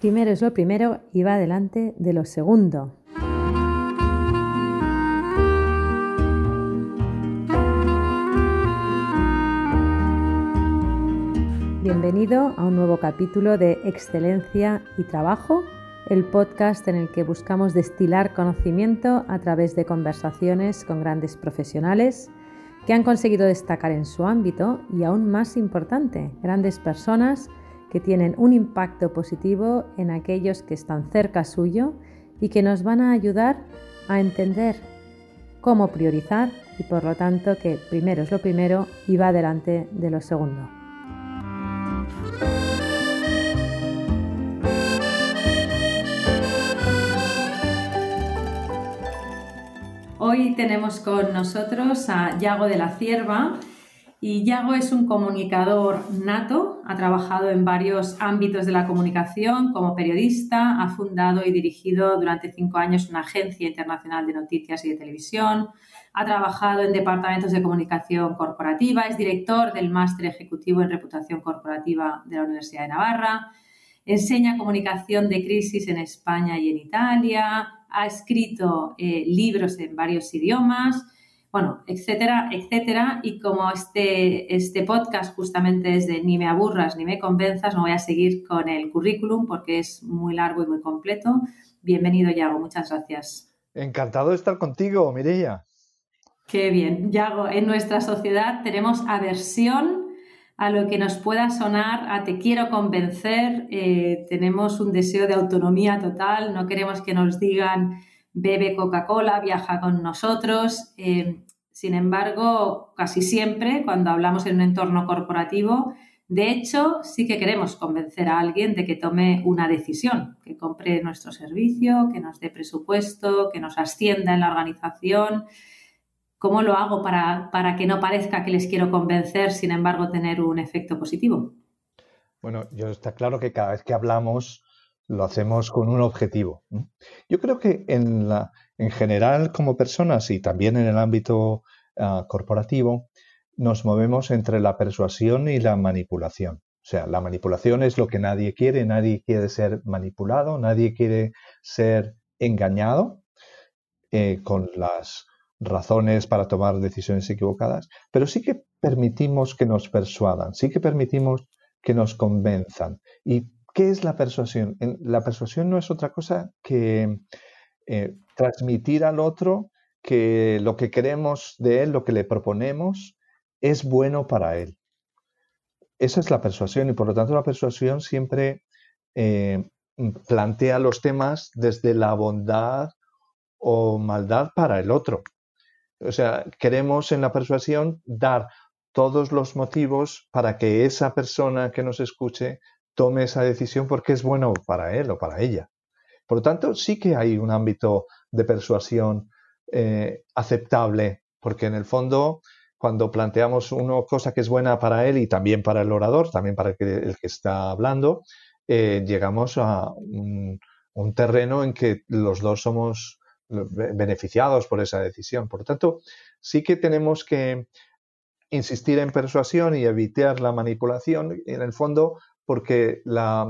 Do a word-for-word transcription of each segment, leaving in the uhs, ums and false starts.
Primero es lo primero y va delante de lo segundo. Bienvenido a un nuevo capítulo de Excelencia y Trabajo, el podcast en el que buscamos destilar conocimiento a través de conversaciones con grandes profesionales que han conseguido destacar en su ámbito y, aún más importante, grandes personas que tienen un impacto positivo en aquellos que están cerca suyo y que nos van a ayudar a entender cómo priorizar y, por lo tanto, que primero es lo primero y va delante de lo segundo. Hoy tenemos con nosotros a Yago de la Cierva y Yago es un comunicador nato, ha trabajado en varios ámbitos de la comunicación como periodista, ha fundado y dirigido durante cinco años una agencia internacional de noticias y de televisión, ha trabajado en departamentos de comunicación corporativa, es director del Máster Ejecutivo en Reputación Corporativa de la Universidad de Navarra, enseña comunicación de crisis en España y en Italia, ha escrito eh, libros en varios idiomas, bueno, etcétera, etcétera. Y como este, este podcast justamente es de ni me aburras ni me convenzas, no voy a seguir con el currículum porque es muy largo y muy completo. Bienvenido, Yago, muchas gracias. Encantado de estar contigo, Mireia. Qué bien. Yago, en nuestra sociedad tenemos aversión a lo que nos pueda sonar a te quiero convencer, eh, tenemos un deseo de autonomía total, no queremos que nos digan bebe Coca-Cola, viaja con nosotros. Eh, sin embargo, casi siempre cuando hablamos en un entorno corporativo, de hecho, sí que queremos convencer a alguien de que tome una decisión, que compre nuestro servicio, que nos dé presupuesto, que nos ascienda en la organización. ¿Cómo lo hago para, para que no parezca que les quiero convencer, sin embargo, tener un efecto positivo? Bueno, yo está claro que cada vez que hablamos lo hacemos con un objetivo. Yo creo que en, la, en general como personas y también en el ámbito uh, corporativo nos movemos entre la persuasión y la manipulación. O sea, la manipulación es lo que nadie quiere, nadie quiere ser manipulado, nadie quiere ser engañado eh, con las razones para tomar decisiones equivocadas, pero sí que permitimos que nos persuadan, sí que permitimos que nos convenzan. ¿Y qué es la persuasión? La persuasión no es otra cosa que eh, transmitir al otro que lo que queremos de él, lo que le proponemos, es bueno para él. Esa es la persuasión y, por lo tanto, la persuasión siempre eh, plantea los temas desde la bondad o maldad para el otro. O sea, queremos en la persuasión dar todos los motivos para que esa persona que nos escuche tome esa decisión porque es bueno para él o para ella. Por lo tanto, sí que hay un ámbito de persuasión eh, aceptable, porque en el fondo, cuando planteamos una cosa que es buena para él y también para el orador, también para el que, el que está hablando, eh, llegamos a un, un terreno en que los dos somos beneficiados por esa decisión. Por lo tanto, sí que tenemos que insistir en persuasión y evitar la manipulación, en el fondo, porque la,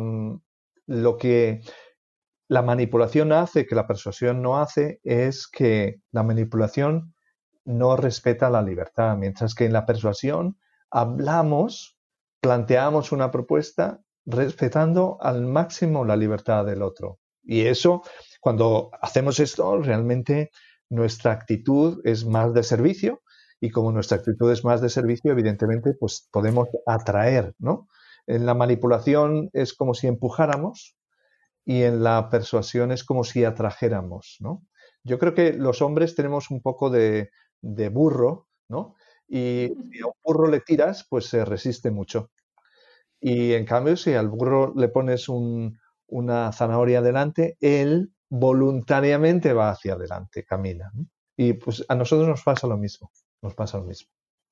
lo que la manipulación hace, que la persuasión no hace, es que la manipulación no respeta la libertad, mientras que en la persuasión hablamos, planteamos una propuesta respetando al máximo la libertad del otro. Y eso, cuando hacemos esto, realmente nuestra actitud es más de servicio y como nuestra actitud es más de servicio, evidentemente, pues podemos atraer, ¿no? En la manipulación es como si empujáramos y en la persuasión es como si atrajéramos, ¿no? Yo creo que los hombres tenemos un poco de, de burro, ¿no? Y si a un burro le tiras, pues se resiste mucho. Y en cambio, si al burro le pones un, una zanahoria delante, él voluntariamente va hacia adelante, camina, ¿no? Y pues a nosotros nos pasa lo mismo, nos pasa lo mismo.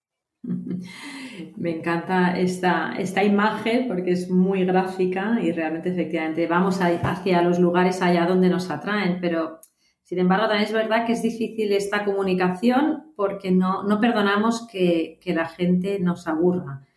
Me encanta esta, esta imagen porque es muy gráfica y realmente efectivamente vamos a, hacia los lugares allá donde nos atraen, pero sin embargo también es verdad que es difícil esta comunicación porque no, no perdonamos que, que la gente nos aburra.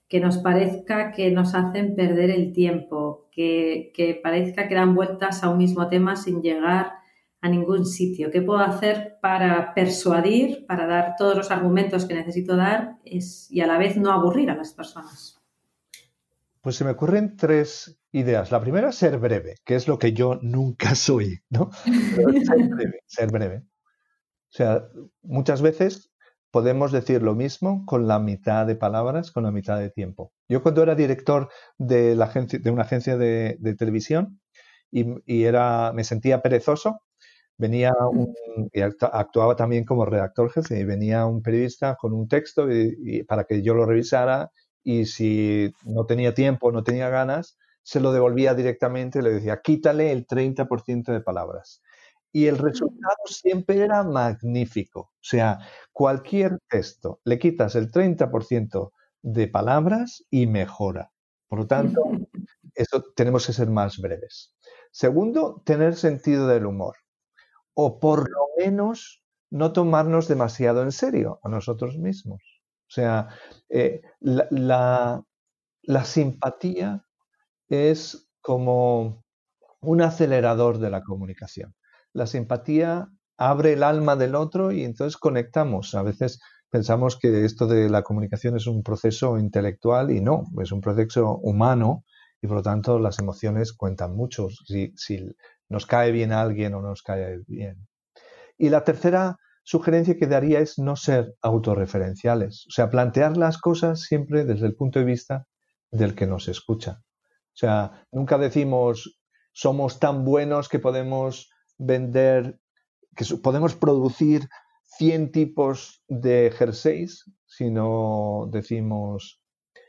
que nos parezca que nos hacen perder el tiempo, que, que parezca que dan vueltas a un mismo tema sin llegar a ningún sitio. ¿Qué puedo hacer para persuadir, para dar todos los argumentos que necesito dar es, y a la vez no aburrir a las personas? Pues se me ocurren tres ideas. La primera, ser breve, que es lo que yo nunca soy, ¿no? Pero ser breve, ser breve. O sea, muchas veces podemos decir lo mismo con la mitad de palabras, con la mitad de tiempo. Yo cuando era director de, la agencia, de una agencia de, de televisión y, y era, me sentía perezoso, venía un, y actuaba también como redactor jefe, y venía un periodista con un texto y, y para que yo lo revisara, y si no tenía tiempo, no tenía ganas, se lo devolvía directamente y le decía, quítale el treinta por ciento de palabras. Y el resultado siempre era magnífico. O sea, cualquier texto, le quitas el treinta por ciento de palabras y mejora. Por lo tanto, eso tenemos que ser más breves. Segundo, tener sentido del humor. O por lo menos no tomarnos demasiado en serio a nosotros mismos. O sea, eh, la, la, la simpatía es como un acelerador de la comunicación. La simpatía abre el alma del otro y entonces conectamos. A veces pensamos que esto de la comunicación es un proceso intelectual y no, es un proceso humano y por lo tanto las emociones cuentan mucho si, si nos cae bien a alguien o no nos cae bien. Y la tercera sugerencia que daría es no ser autorreferenciales, o sea, plantear las cosas siempre desde el punto de vista del que nos escucha. O sea, nunca decimos somos tan buenos que podemos vender, que podemos producir cien tipos de jerseys, sino decimos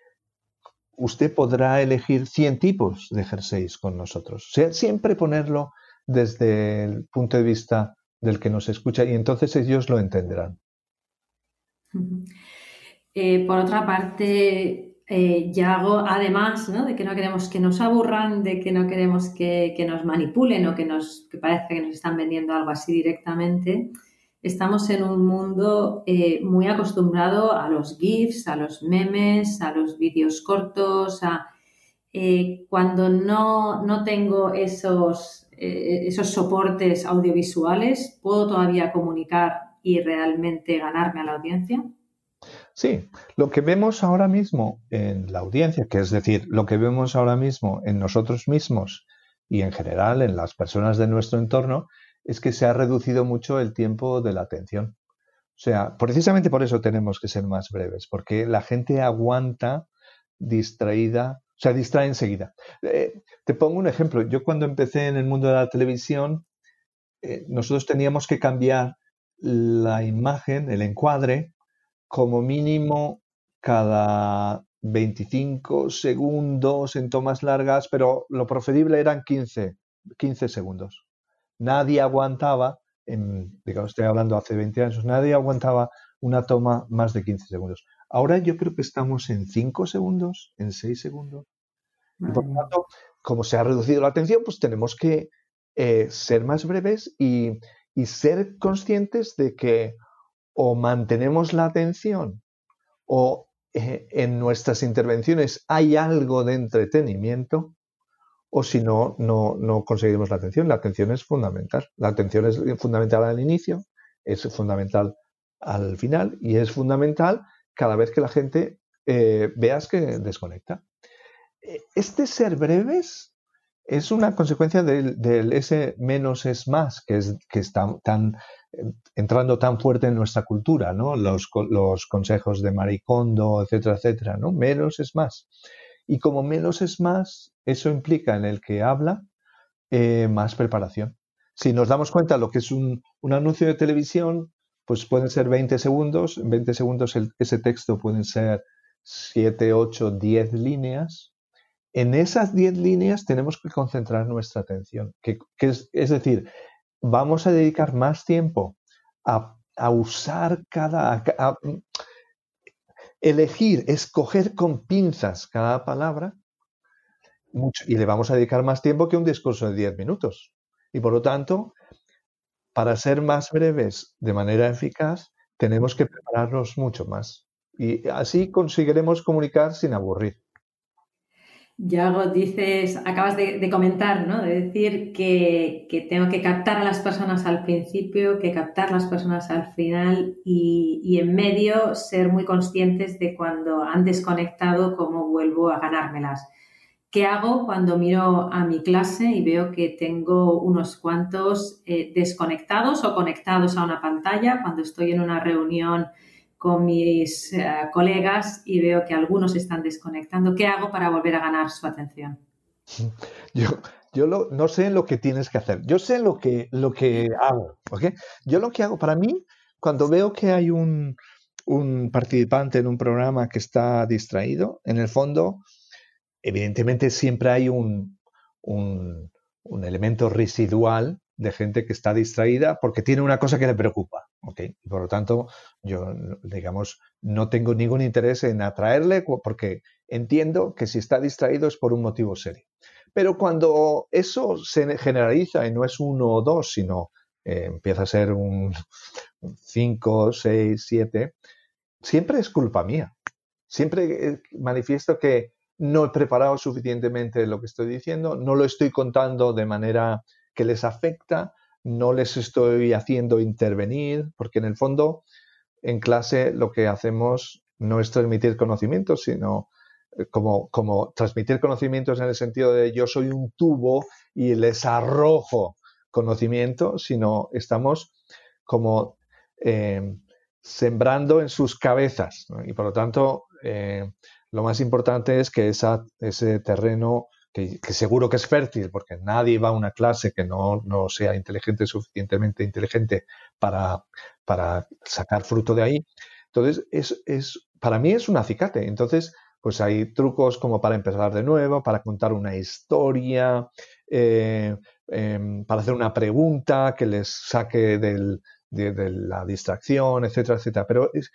usted podrá elegir cien tipos de jerseys con nosotros. O sea, siempre ponerlo desde el punto de vista del que nos escucha y entonces ellos lo entenderán. Eh, por otra parte, eh, Yago, además, ¿no?, de que no queremos que nos aburran, de que no queremos que, que nos manipulen o que, nos, que parezca que nos están vendiendo algo así directamente, estamos en un mundo eh, muy acostumbrado a los GIFs, a los memes, a los vídeos cortos, a... Eh, cuando no, no tengo esos, eh, esos soportes audiovisuales, ¿puedo todavía comunicar y realmente ganarme a la audiencia? Sí, lo que vemos ahora mismo en la audiencia, que es decir, lo que vemos ahora mismo en nosotros mismos y en general en las personas de nuestro entorno, es que se ha reducido mucho el tiempo de la atención. O sea, precisamente por eso tenemos que ser más breves, porque la gente aguanta distraída, o sea, distrae enseguida. Eh, te pongo un ejemplo. Yo cuando empecé en el mundo de la televisión, eh, nosotros teníamos que cambiar la imagen, el encuadre, como mínimo cada veinticinco segundos en tomas largas, pero lo preferible eran quince, quince segundos. Nadie aguantaba, en, digamos, estoy hablando hace veinte años, nadie aguantaba una toma más de quince segundos. Ahora yo creo que estamos en cinco segundos, en seis segundos. Y por lo tanto, como se ha reducido la atención, pues tenemos que eh, ser más breves y, y ser conscientes de que o mantenemos la atención o eh, en nuestras intervenciones hay algo de entretenimiento o si no, no, no conseguimos la atención. La atención es fundamental. La atención es fundamental al inicio, es fundamental al final y es fundamental cada vez que la gente eh, veas que desconecta. Este ser breves es una consecuencia del, del ese menos es más, que, es, que está tan, entrando tan fuerte en nuestra cultura, ¿no? Los, los consejos de Marie Kondo, etcétera, etcétera, ¿no? Menos es más. Y como menos es más, eso implica en el que habla eh, más preparación. Si nos damos cuenta lo que es un, un anuncio de televisión, pues pueden ser veinte segundos. En veinte segundos el, ese texto pueden ser siete, ocho, diez líneas. En esas diez líneas tenemos que concentrar nuestra atención. Que, que es, es decir, vamos a dedicar más tiempo a, a usar cada... A, a elegir, escoger con pinzas cada palabra mucho, y le vamos a dedicar más tiempo que un discurso de diez minutos. Y por lo tanto, para ser más breves de manera eficaz, tenemos que prepararnos mucho más. Y así conseguiremos comunicar sin aburrir. Yago, dices, acabas de, de comentar, ¿no? De decir que, que tengo que captar a las personas al principio, que captar a las personas al final y, y en medio ser muy conscientes de cuando han desconectado, cómo vuelvo a ganármelas. ¿Qué hago cuando miro a mi clase y veo que tengo unos cuantos eh, desconectados o conectados a una pantalla? Cuando estoy en una reunión con mis eh, colegas y veo que algunos están desconectando, ¿qué hago para volver a ganar su atención? Yo, yo lo- no sé lo que tienes que hacer, yo sé lo que, lo que hago, ¿ok? Yo lo que hago para mí, cuando veo que hay un, un participante en un programa que está distraído, en el fondo, evidentemente siempre hay un, un, un elemento residual de gente que está distraída porque tiene una cosa que le preocupa, ¿ok? Y por lo tanto, yo, digamos, no tengo ningún interés en atraerle porque entiendo que si está distraído es por un motivo serio. Pero cuando eso se generaliza y no es uno o dos, sino eh, empieza a ser un cinco, seis, siete, siempre es culpa mía. Siempre manifiesto que no he preparado suficientemente lo que estoy diciendo, no lo estoy contando de manera que les afecta, no les estoy haciendo intervenir, porque en el fondo en clase lo que hacemos no es transmitir conocimientos, sino como, como transmitir conocimientos en el sentido de yo soy un tubo y les arrojo conocimiento, sino estamos como eh, sembrando en sus cabezas, ¿no? Y por lo tanto eh, lo más importante es que esa, ese terreno que, que, seguro que es fértil, porque nadie va a una clase que no, no sea inteligente, suficientemente inteligente para, para sacar fruto de ahí. Entonces, es, es, para mí es un acicate. Entonces, pues hay trucos como para empezar de nuevo, para contar una historia, eh, eh, para hacer una pregunta que les saque del, de, de, la distracción, etcétera, etcétera. Pero es,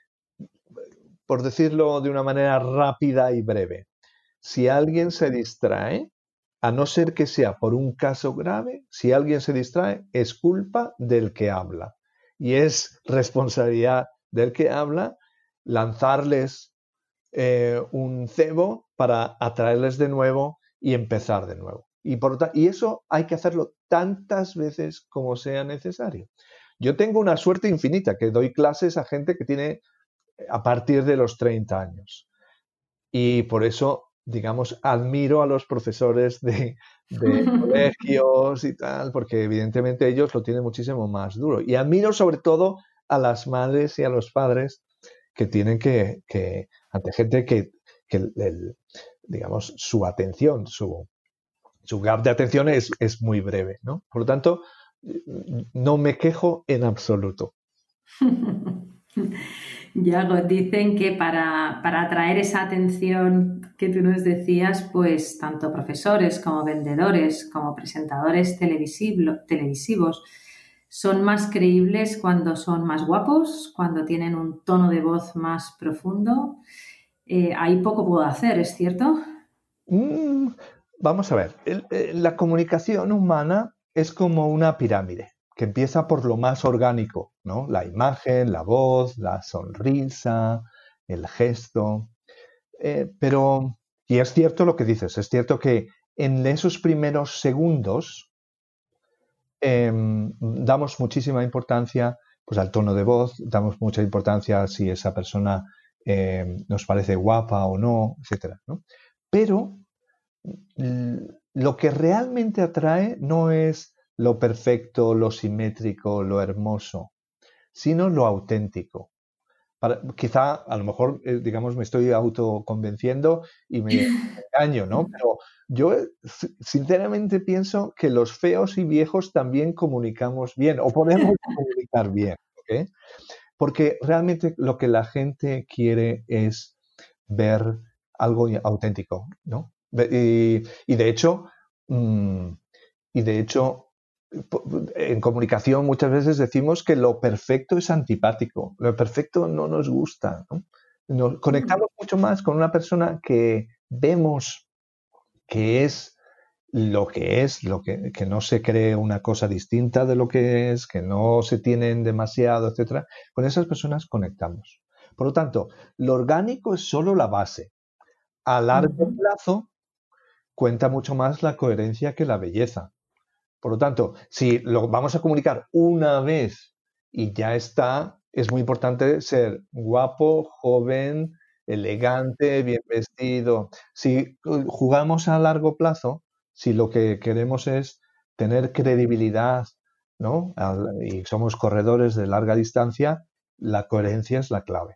por decirlo de una manera rápida y breve, si alguien se distrae, a no ser que sea por un caso grave, si alguien se distrae, es culpa del que habla. Y es responsabilidad del que habla lanzarles eh, un cebo para atraerles de nuevo y empezar de nuevo. Y, por, y eso hay que hacerlo tantas veces como sea necesario. Yo tengo una suerte infinita, que doy clases a gente que tiene a partir de los treinta años. Y por eso, digamos, admiro a los profesores de, de colegios y tal, porque evidentemente ellos lo tienen muchísimo más duro. Y admiro sobre todo a las madres y a los padres que tienen que, que ante gente que, que el, el, digamos, su atención, su, su gap de atención es, es muy breve, ¿no? Por lo tanto, no me quejo en absoluto. Yago, dicen que para, para atraer esa atención que tú nos decías, pues tanto profesores como vendedores, como presentadores televisivos, son más creíbles cuando son más guapos, cuando tienen un tono de voz más profundo. Eh, ahí poco puedo hacer, ¿es cierto? Mm, vamos a ver, el, el, la comunicación humana es como una pirámide que empieza por lo más orgánico, ¿no? La imagen, la voz, la sonrisa, el gesto. Eh, pero, y es cierto lo que dices, es cierto que en esos primeros segundos eh, damos muchísima importancia pues, al tono de voz, damos mucha importancia a si esa persona eh, nos parece guapa o no, etcétera, ¿no? Pero lo que realmente atrae no es lo perfecto, lo simétrico, lo hermoso, sino lo auténtico. Para, quizá, a lo mejor, eh, digamos, me estoy autoconvenciendo y me engaño, ¿no? Pero yo sinceramente pienso que los feos y viejos también comunicamos bien o podemos comunicar bien, ¿ok? Porque realmente lo que la gente quiere es ver algo auténtico, ¿no? Y, y de hecho, mmm, y de hecho, en comunicación muchas veces decimos que lo perfecto es antipático, lo perfecto no nos gusta, ¿no? Nos conectamos mucho más con una persona que vemos que es lo que es, lo que, que no se cree una cosa distinta de lo que es, que no se tienen demasiado, etcétera. Con esas personas conectamos. Por lo tanto, lo orgánico es solo la base. A largo Ujú. plazo cuenta mucho más la coherencia que la belleza. Por lo tanto, si lo vamos a comunicar una vez y ya está, es muy importante ser guapo, joven, elegante, bien vestido. Si jugamos a largo plazo, si lo que queremos es tener credibilidad, ¿no? Y somos corredores de larga distancia, la coherencia es la clave.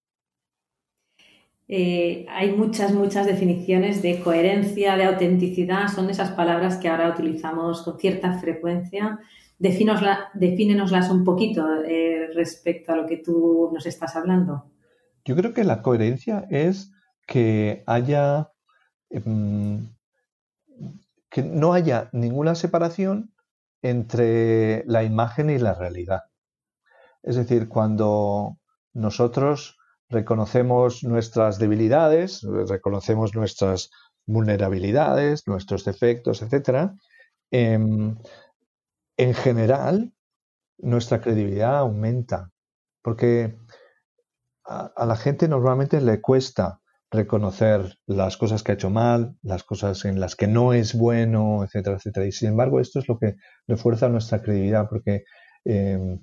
Eh, hay muchas, muchas definiciones de coherencia, de autenticidad, son esas palabras que ahora utilizamos con cierta frecuencia. Defínosla, defínenoslas un poquito eh, respecto a lo que tú nos estás hablando. Yo creo que la coherencia es que haya, em, que no haya ninguna separación entre la imagen y la realidad. Es decir, cuando nosotros reconocemos nuestras debilidades, reconocemos nuestras vulnerabilidades, nuestros defectos, etcétera, en, en general nuestra credibilidad aumenta, porque a, a la gente normalmente le cuesta reconocer las cosas que ha hecho mal, las cosas en las que no es bueno, etcétera, etcétera. Y sin embargo, esto es lo que refuerza nuestra credibilidad, porque eh,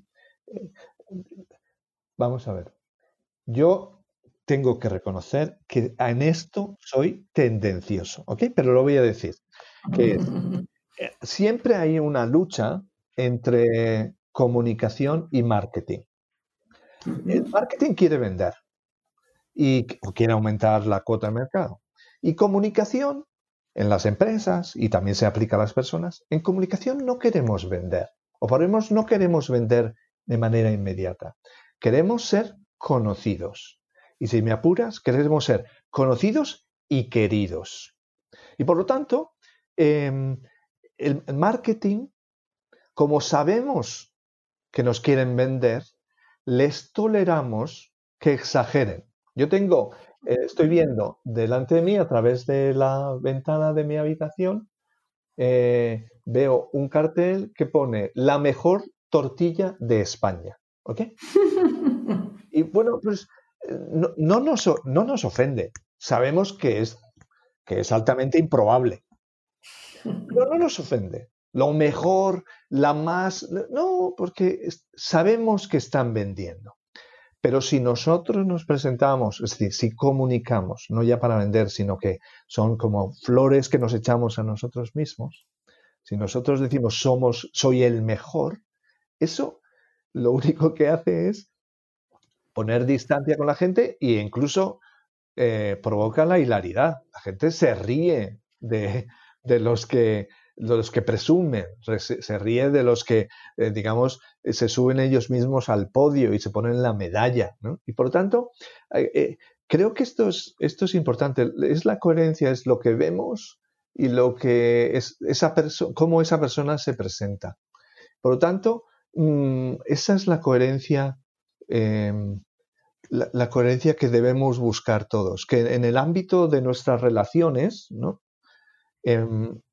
vamos a ver, yo tengo que reconocer que en esto soy tendencioso, ¿ok? Pero lo voy a decir, que es, eh, siempre hay una lucha entre comunicación y marketing. El marketing quiere vender y o quiere aumentar la cuota de mercado. Y comunicación en las empresas, y también se aplica a las personas, en comunicación no queremos vender, o por lo menos no queremos vender de manera inmediata. Queremos ser conocidos. Y si me apuras, queremos ser conocidos y queridos. Y por lo tanto, eh, el marketing, como sabemos que nos quieren vender, les toleramos que exageren. Yo tengo, eh, estoy viendo delante de mí, a través de la ventana de mi habitación, eh, veo un cartel que pone la mejor tortilla de España. ¿Ok? Y bueno, pues no, no, nos, no nos ofende. Sabemos que es, que es altamente improbable. Pero no nos ofende. Lo mejor, la más... No, porque sabemos que están vendiendo. Pero si nosotros nos presentamos, es decir, si comunicamos, no ya para vender, sino que son como flores que nos echamos a nosotros mismos, si nosotros decimos somos, soy el mejor, eso lo único que hace es poner distancia con la gente e incluso eh, provoca la hilaridad. La gente se ríe de, de los que de los que presumen, se, se ríe de los que, eh, digamos, se suben ellos mismos al podio y se ponen la medalla, ¿no? Y por lo tanto, eh, eh, creo que esto es, esto es importante. Es la coherencia, es lo que vemos y lo que es esa persona, cómo esa persona se presenta. Por lo tanto, mmm, esa es la coherencia. Eh, La, la, coherencia que debemos buscar todos, que en el ámbito de nuestras relaciones, ¿no? Eh,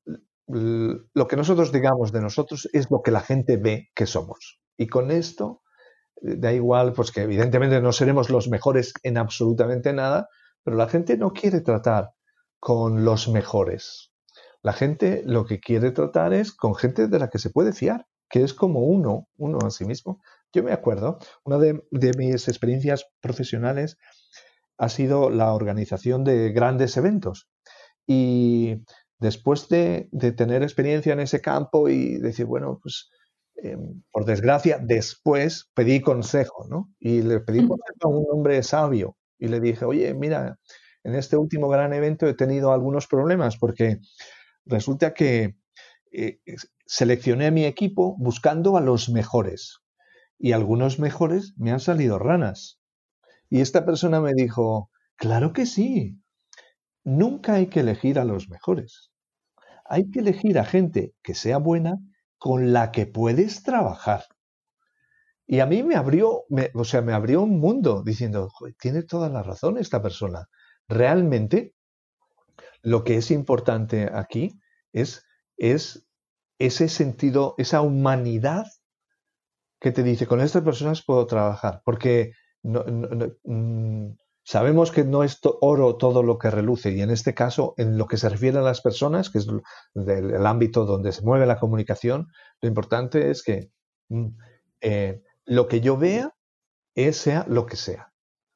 lo que nosotros digamos de nosotros es lo que la gente ve que somos. Y con esto da igual, pues que evidentemente no seremos los mejores en absolutamente nada, pero la gente no quiere tratar con los mejores. La gente lo que quiere tratar es con gente de la que se puede fiar, que es como uno, uno a sí mismo. Yo me acuerdo, una de, de mis experiencias profesionales ha sido la organización de grandes eventos. Y después de, de tener experiencia en ese campo y decir, bueno, pues eh, por desgracia, después pedí consejo, ¿no? Y le pedí consejo a un hombre sabio y le dije, oye, mira, en este último gran evento he tenido algunos problemas porque resulta que eh, seleccioné a mi equipo buscando a los mejores y algunos mejores me han salido ranas. Y esta persona me dijo, claro que sí, nunca hay que elegir a los mejores. Hay que elegir a gente que sea buena con la que puedes trabajar. Y a mí me abrió, me, o sea, me abrió un mundo diciendo, tiene toda la razón esta persona. Realmente lo que es importante aquí es, es ese sentido, esa humanidad que te dice, con estas personas puedo trabajar. Porque no, no, no, mm, sabemos que no es to- oro todo lo que reluce, y en este caso, en lo que se refiere a las personas, que es l- del el ámbito donde se mueve la comunicación, lo importante es que mm, eh, lo que yo vea es sea lo que sea.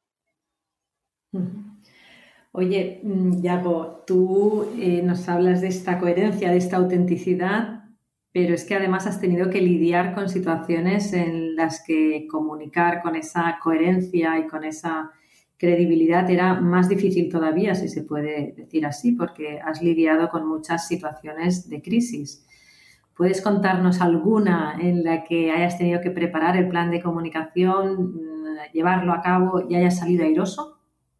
Ujú. Oye, mm, Yago, tú eh, nos hablas de esta coherencia, de esta autenticidad, pero es que además has tenido que lidiar con situaciones en las que comunicar con esa coherencia y con esa credibilidad era más difícil todavía, si se puede decir así, porque has lidiado con muchas situaciones de crisis. ¿Puedes contarnos alguna en la que hayas tenido que preparar el plan de comunicación, mm, llevarlo a cabo y hayas salido airoso?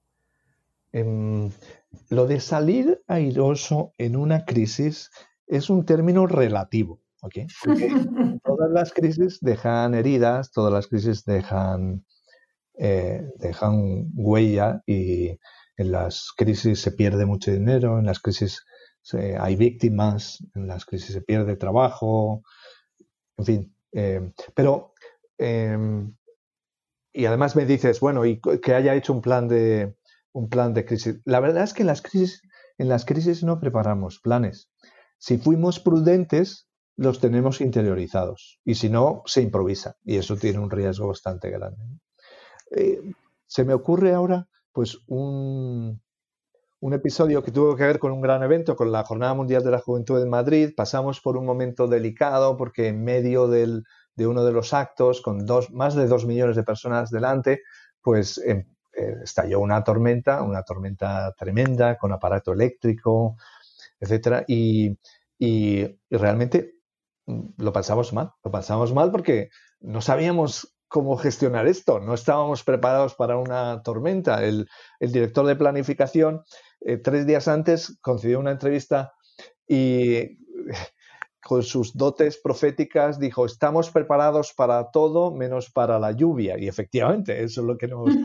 Em, lo de salir airoso en una crisis es un término relativo, ¿ok? Porque todas las crisis dejan heridas, todas las crisis dejan, eh, dejan huella, y en las crisis se pierde mucho dinero, en las crisis se- hay víctimas, en las crisis se pierde trabajo, en fin. eh, pero, em, y además me dices, bueno, y que haya hecho un plan de, un plan de crisis. La verdad es que en las crisis, en las crisis no preparamos planes. Si fuimos prudentes, los tenemos interiorizados. Y si no, se improvisa. Y eso tiene un riesgo bastante grande. Eh, Se me ocurre ahora, pues, un, un episodio que tuvo que ver con un gran evento, con la Jornada Mundial de la Juventud en Madrid. Pasamos por un momento delicado porque en medio del, de uno de los actos, con dos, más de dos millones de personas delante, pues eh, eh, estalló una tormenta, una tormenta tremenda, con aparato eléctrico, etcétera. Y, y, y realmente mm, lo pasamos mal, lo pasamos mal porque no sabíamos cómo gestionar esto, no estábamos preparados para una tormenta. El, el director de planificación, eh, tres días antes, concedió una entrevista y con sus dotes proféticas dijo: estamos preparados para todo menos para la lluvia. Y efectivamente, eso es lo que nos...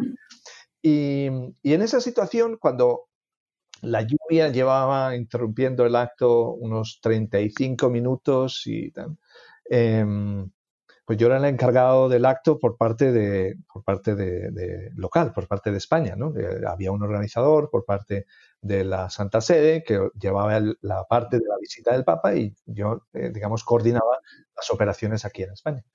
Y, y en esa situación, cuando la lluvia llevaba interrumpiendo el acto unos treinta y cinco minutos y tal, eh, pues yo era el encargado del acto por parte de, por parte de, de local, por parte de España, ¿no? Eh, había un organizador por parte de la Santa Sede que llevaba el, la parte de la visita del Papa, y yo, eh, digamos, coordinaba las operaciones aquí en España.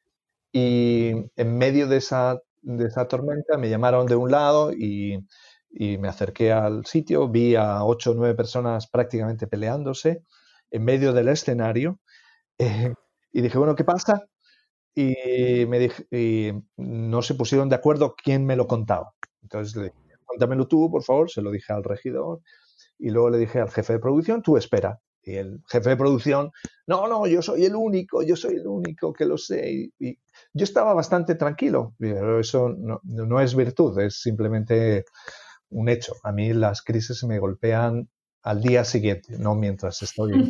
Y en medio de esa, de esa tormenta me llamaron de un lado, y, y me acerqué al sitio, vi a ocho o nueve personas prácticamente peleándose en medio del escenario, eh, y dije, bueno, ¿qué pasa? Y, me dije, y no se pusieron de acuerdo quién me lo contaba. Entonces le dije, cuéntamelo tú, por favor, se lo dije al regidor, y luego le dije al jefe de producción, tú espera. Y el jefe de producción, no, no, yo soy el único, yo soy el único que lo sé. Y, y yo estaba bastante tranquilo, pero eso no, no es virtud, es simplemente un hecho. A mí las crisis me golpean al día siguiente, no mientras estoy en...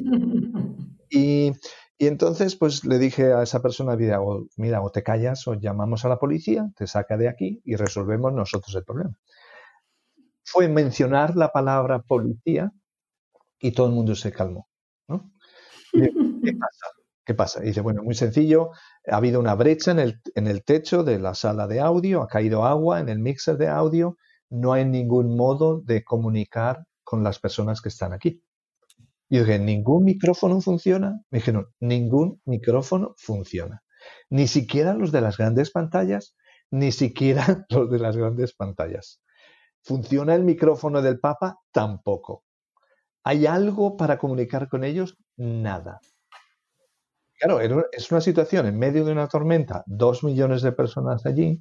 Y, y entonces, pues le dije a esa persona, mira o, mira, o te callas o llamamos a la policía, te saca de aquí y resolvemos nosotros el problema. Fue mencionar la palabra policía y todo el mundo se calmó, ¿no? Y digo, ¿qué pasa? ¿Qué pasa? Y dice, bueno, muy sencillo, ha habido una brecha en el, en el techo de la sala de audio, ha caído agua en el mixer de audio, no hay ningún modo de comunicar con las personas que están aquí. Y yo dije, ¿ningún micrófono funciona? Me dijeron, ningún micrófono funciona. Ni siquiera los de las grandes pantallas, ni siquiera los de las grandes pantallas. ¿Funciona el micrófono del Papa? Tampoco. ¿Hay algo para comunicar con ellos? Nada. Claro, es una situación en medio de una tormenta, dos millones de personas allí,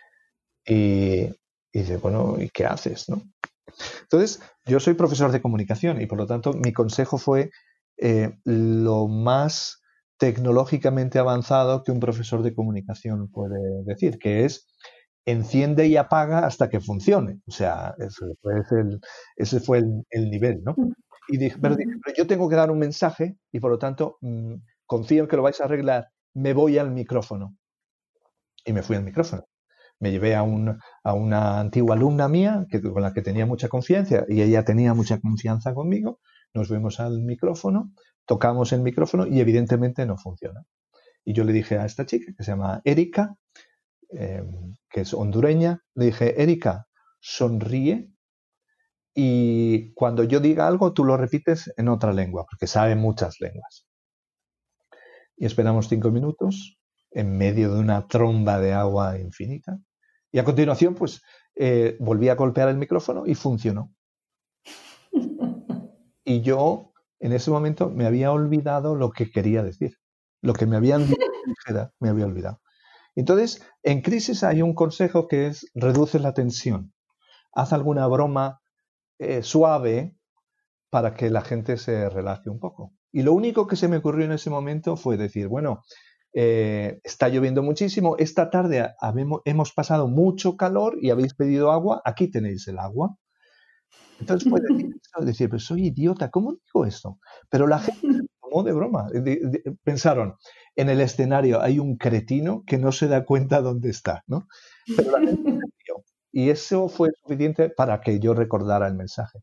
y, y dice, bueno, ¿y qué haces, no? Entonces, yo soy profesor de comunicación y por lo tanto mi consejo fue eh, lo más tecnológicamente avanzado que un profesor de comunicación puede decir, que es enciende y apaga hasta que funcione. O sea, ese fue el, ese fue el, el nivel, ¿no? Y dije, pero, dije, pero yo tengo que dar un mensaje y por lo tanto mmm, confío en que lo vais a arreglar, me voy al micrófono. Y me fui al micrófono. Me llevé a, un, a una antigua alumna mía que, con la que tenía mucha confianza, y ella tenía mucha confianza conmigo. Nos fuimos al micrófono, tocamos el micrófono y evidentemente no funciona. Y yo le dije a esta chica, que se llama Erika, eh, que es hondureña, le dije, Erika, sonríe y cuando yo diga algo tú lo repites en otra lengua, porque sabe muchas lenguas. Y esperamos cinco minutos en medio de una tromba de agua infinita. Y a continuación, pues, eh, volví a golpear el micrófono y funcionó. Y yo, en ese momento, me había olvidado lo que quería decir. Lo que me habían dicho que dijera, me había olvidado. Entonces, en crisis hay un consejo que es reduce la tensión. Haz alguna broma eh, suave para que la gente se relaje un poco. Y lo único que se me ocurrió en ese momento fue decir, bueno, eh, está lloviendo muchísimo, esta tarde habemos, hemos pasado mucho calor y habéis pedido agua, aquí tenéis el agua. Entonces fue decir, decir, pero soy idiota, ¿cómo digo esto? Pero la gente se tomó de broma. De, de, pensaron, en el escenario hay un cretino que no se da cuenta dónde está, ¿no? Pero la gente se dio. Y eso fue suficiente para que yo recordara el mensaje.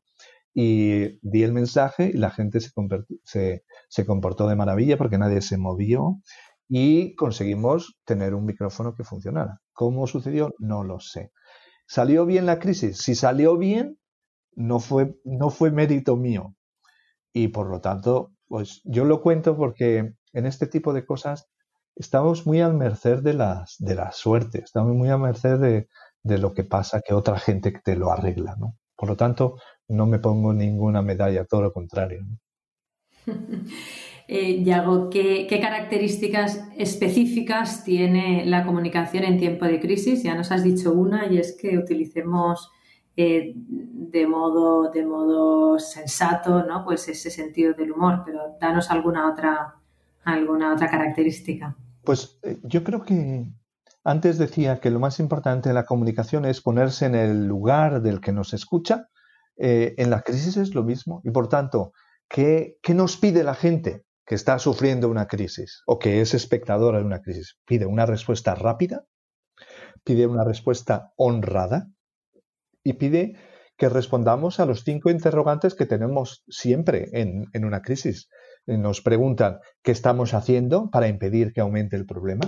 Y di el mensaje y la gente se, se, se comportó de maravilla porque nadie se movió y conseguimos tener un micrófono que funcionara. ¿Cómo sucedió? No lo sé. ¿Salió bien la crisis? Si salió bien, no fue, no fue mérito mío. Y por lo tanto, pues yo lo cuento porque en este tipo de cosas estamos muy al merced de, las, de la suerte, estamos muy al merced de, de lo que pasa, que otra gente te lo arregla, ¿no? Por lo tanto, no me pongo ninguna medalla, todo lo contrario, ¿no? Eh, Yago, ¿qué, ¿qué características específicas tiene la comunicación en tiempo de crisis? Ya nos has dicho una, y es que utilicemos eh, de modo, de modo sensato, ¿no? Pues ese sentido del humor, pero danos alguna otra, alguna otra característica. Pues eh, yo creo que antes decía que lo más importante de la comunicación es ponerse en el lugar del que nos escucha. Eh, en la crisis es lo mismo y por tanto, ¿qué, qué nos pide la gente que está sufriendo una crisis o que es espectadora de una crisis? Pide una respuesta rápida, pide una respuesta honrada y pide que respondamos a los cinco interrogantes que tenemos siempre en, en una crisis. Nos preguntan qué estamos haciendo para impedir que aumente el problema,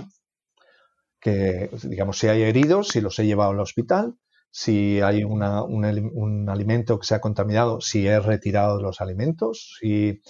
que, digamos, si hay heridos, si los he llevado al hospital, si hay una, un, un alimento que se ha contaminado, si he retirado los alimentos, si,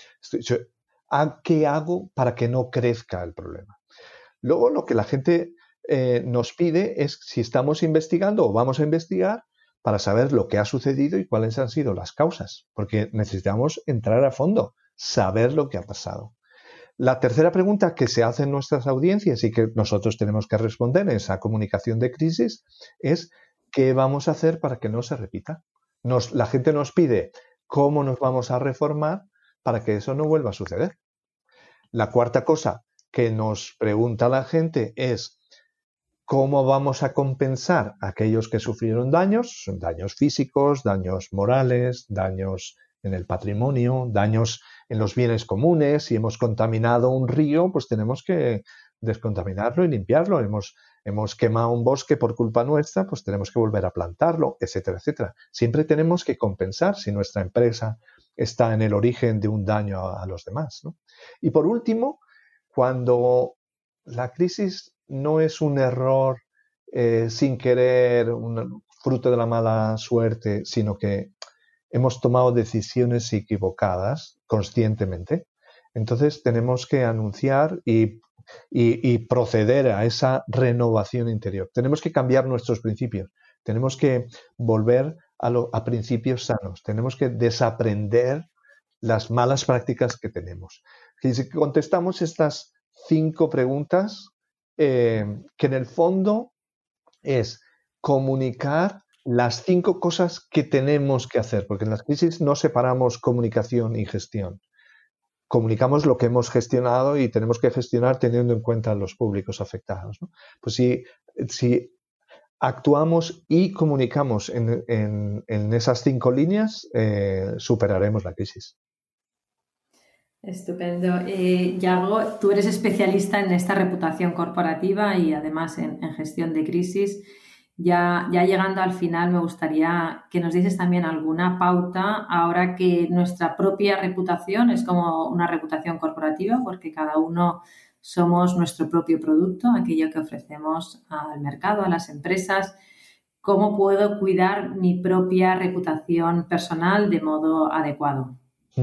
¿qué hago para que no crezca el problema? Luego, lo que la gente eh, nos pide es si estamos investigando o vamos a investigar para saber lo que ha sucedido y cuáles han sido las causas, porque necesitamos entrar a fondo, saber lo que ha pasado. La tercera pregunta que se hace en nuestras audiencias y que nosotros tenemos que responder en esa comunicación de crisis es ¿qué vamos a hacer para que no se repita? Nos, la gente nos pide cómo nos vamos a reformar para que eso no vuelva a suceder. La cuarta cosa que nos pregunta la gente es ¿cómo vamos a compensar a aquellos que sufrieron daños? Daños físicos, daños morales, daños en el patrimonio, daños en los bienes comunes. Si hemos contaminado un río, pues tenemos que descontaminarlo y limpiarlo. Hemos, hemos quemado un bosque por culpa nuestra, pues tenemos que volver a plantarlo, etcétera, etcétera. Siempre tenemos que compensar si nuestra empresa está en el origen de un daño a, a los demás, ¿no? Y por último, cuando la crisis no es un error eh, sin querer, un fruto de la mala suerte, sino que hemos tomado decisiones equivocadas conscientemente. Entonces tenemos que anunciar y, y, y proceder a esa renovación interior. Tenemos que cambiar nuestros principios. Tenemos que volver a, lo, a principios sanos. Tenemos que desaprender las malas prácticas que tenemos. Y si contestamos estas cinco preguntas, eh, que en el fondo es comunicar las cinco cosas que tenemos que hacer, porque en las crisis no separamos comunicación y gestión. Comunicamos lo que hemos gestionado y tenemos que gestionar teniendo en cuenta a los públicos afectados, ¿no? Pues si, si actuamos y comunicamos en, en, en esas cinco líneas, eh, superaremos la crisis. Estupendo. Eh, Yago, tú eres especialista en esta reputación corporativa y además en, en gestión de crisis. Ya, ya llegando al final, me gustaría que nos dices también alguna pauta, ahora que nuestra propia reputación es como una reputación corporativa, porque cada uno somos nuestro propio producto, aquello que ofrecemos al mercado, a las empresas. ¿Cómo puedo cuidar mi propia reputación personal de modo adecuado?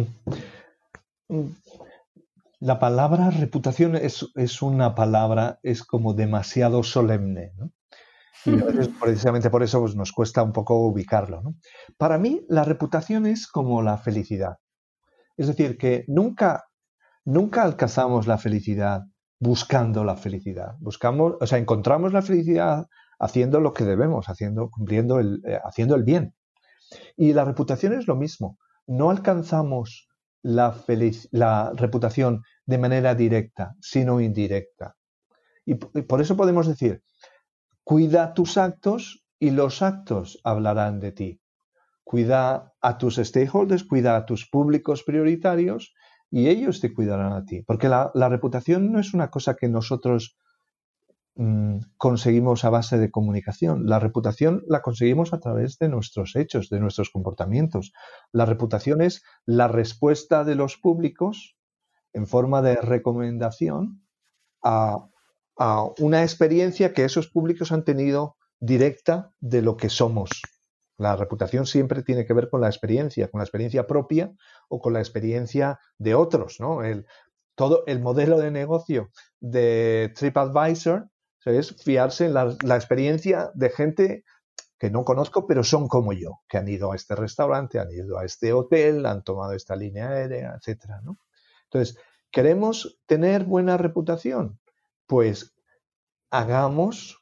La palabra reputación es, es una palabra, es como demasiado solemne, ¿no? Y a veces, precisamente por eso, pues, nos cuesta un poco ubicarlo, ¿no? Para mí, la reputación es como la felicidad. Es decir, que nunca, nunca alcanzamos la felicidad buscando la felicidad. Buscamos, o sea, encontramos la felicidad haciendo lo que debemos, haciendo, cumpliendo el, eh, haciendo el bien. Y la reputación es lo mismo. No alcanzamos la, feliz, la reputación de manera directa, sino indirecta. Y, y por eso podemos decir, cuida tus actos y los actos hablarán de ti. Cuida a tus stakeholders, cuida a tus públicos prioritarios y ellos te cuidarán a ti. Porque la, la reputación no es una cosa que nosotros mmm, conseguimos a base de comunicación. La reputación la conseguimos a través de nuestros hechos, de nuestros comportamientos. La reputación es la respuesta de los públicos en forma de recomendación a, a una experiencia que esos públicos han tenido directa de lo que somos. La reputación siempre tiene que ver con la experiencia, con la experiencia propia o con la experiencia de otros, ¿no? El, todo el modelo de negocio de TripAdvisor, ¿sí?, es fiarse en la, la experiencia de gente que no conozco, pero son como yo, que han ido a este restaurante, han ido a este hotel, han tomado esta línea aérea, etcétera, ¿no? Entonces, ¿queremos tener buena reputación? Pues hagamos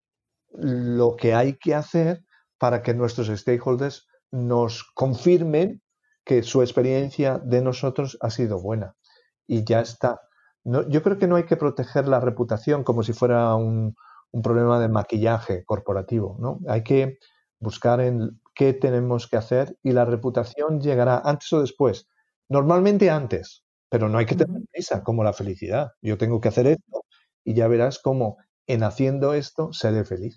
lo que hay que hacer para que nuestros stakeholders nos confirmen que su experiencia de nosotros ha sido buena. Y ya está. No, yo creo que no hay que proteger la reputación como si fuera un, un problema de maquillaje corporativo, ¿no? Hay que buscar en qué tenemos que hacer y la reputación llegará antes o después. Normalmente antes, pero no hay que tener prisa, como la felicidad. Yo tengo que hacer esto y ya verás cómo en haciendo esto seré feliz.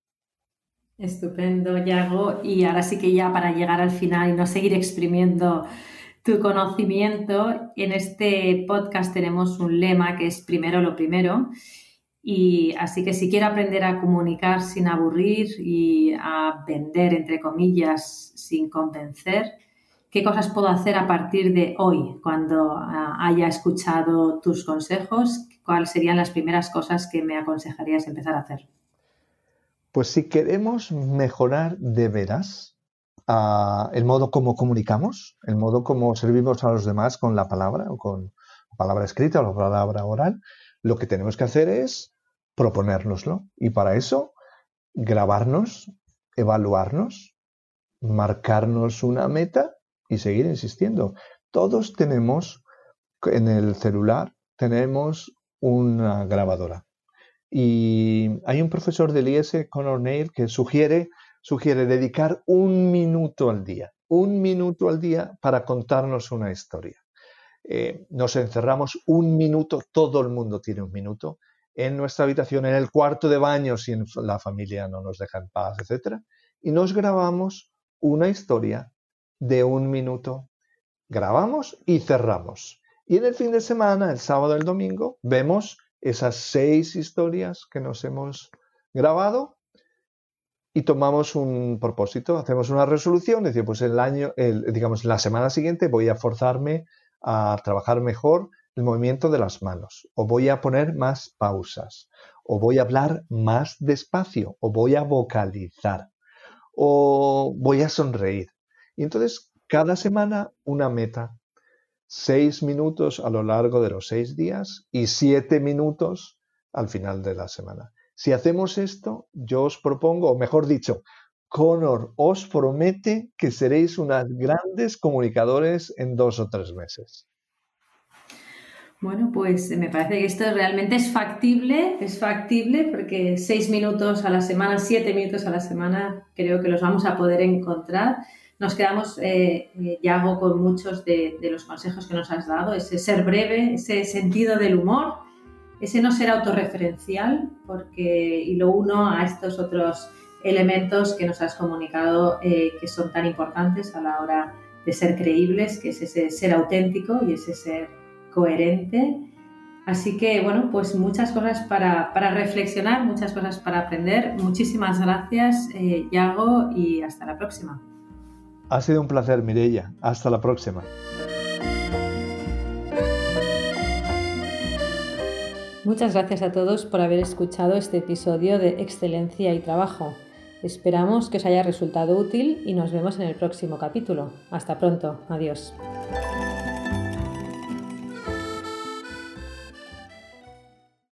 Estupendo, Yago. Y ahora sí que ya para llegar al final y no seguir exprimiendo tu conocimiento, en este podcast tenemos un lema que es primero lo primero. Y así que si quiero aprender a comunicar sin aburrir y a vender, entre comillas, sin convencer, ¿qué cosas puedo hacer a partir de hoy cuando uh, haya escuchado tus consejos? ¿Cuáles serían las primeras cosas que me aconsejarías empezar a hacer? Pues si queremos mejorar de veras uh, el modo como comunicamos, el modo como servimos a los demás con la palabra o con la palabra escrita o la palabra oral, lo que tenemos que hacer es proponérnoslo. Y para eso, grabarnos, evaluarnos, marcarnos una meta y seguir insistiendo. Todos tenemos en el celular, tenemos una grabadora. Y hay un profesor del I S, Conor Neil, que sugiere, sugiere dedicar un minuto al día, un minuto al día para contarnos una historia. Eh, nos encerramos un minuto, todo el mundo tiene un minuto, en nuestra habitación, en el cuarto de baño, si en la familia no nos deja en paz, etcétera, y nos grabamos una historia de un minuto. Grabamos y cerramos. Y en el fin de semana, el sábado y el domingo, vemos esas seis historias que nos hemos grabado y tomamos un propósito, hacemos una resolución, decir, pues el año, el, digamos, la semana siguiente voy a forzarme a trabajar mejor el movimiento de las manos, o voy a poner más pausas, o voy a hablar más despacio, o voy a vocalizar, o voy a sonreír. Y entonces, cada semana una meta. Seis minutos a lo largo de los seis días y siete minutos al final de la semana. Si hacemos esto, yo os propongo, o mejor dicho, Conor os promete que seréis unas grandes comunicadores en dos o tres meses. Bueno, pues me parece que esto realmente es factible, es factible porque seis minutos a la semana, siete minutos a la semana, creo que los vamos a poder encontrar. Nos quedamos, eh, Yago, con muchos de, de los consejos que nos has dado, ese ser breve, ese sentido del humor, ese no ser autorreferencial, porque, y lo uno a estos otros elementos que nos has comunicado eh, que son tan importantes a la hora de ser creíbles, que es ese ser auténtico y ese ser coherente. Así que, bueno, pues muchas cosas para, para reflexionar, muchas cosas para aprender. Muchísimas gracias, eh, Yago, y hasta la próxima. Ha sido un placer, Mireia. Hasta la próxima. Muchas gracias a todos por haber escuchado este episodio de Excelencia y Trabajo. Esperamos que os haya resultado útil y nos vemos en el próximo capítulo. Hasta pronto. Adiós.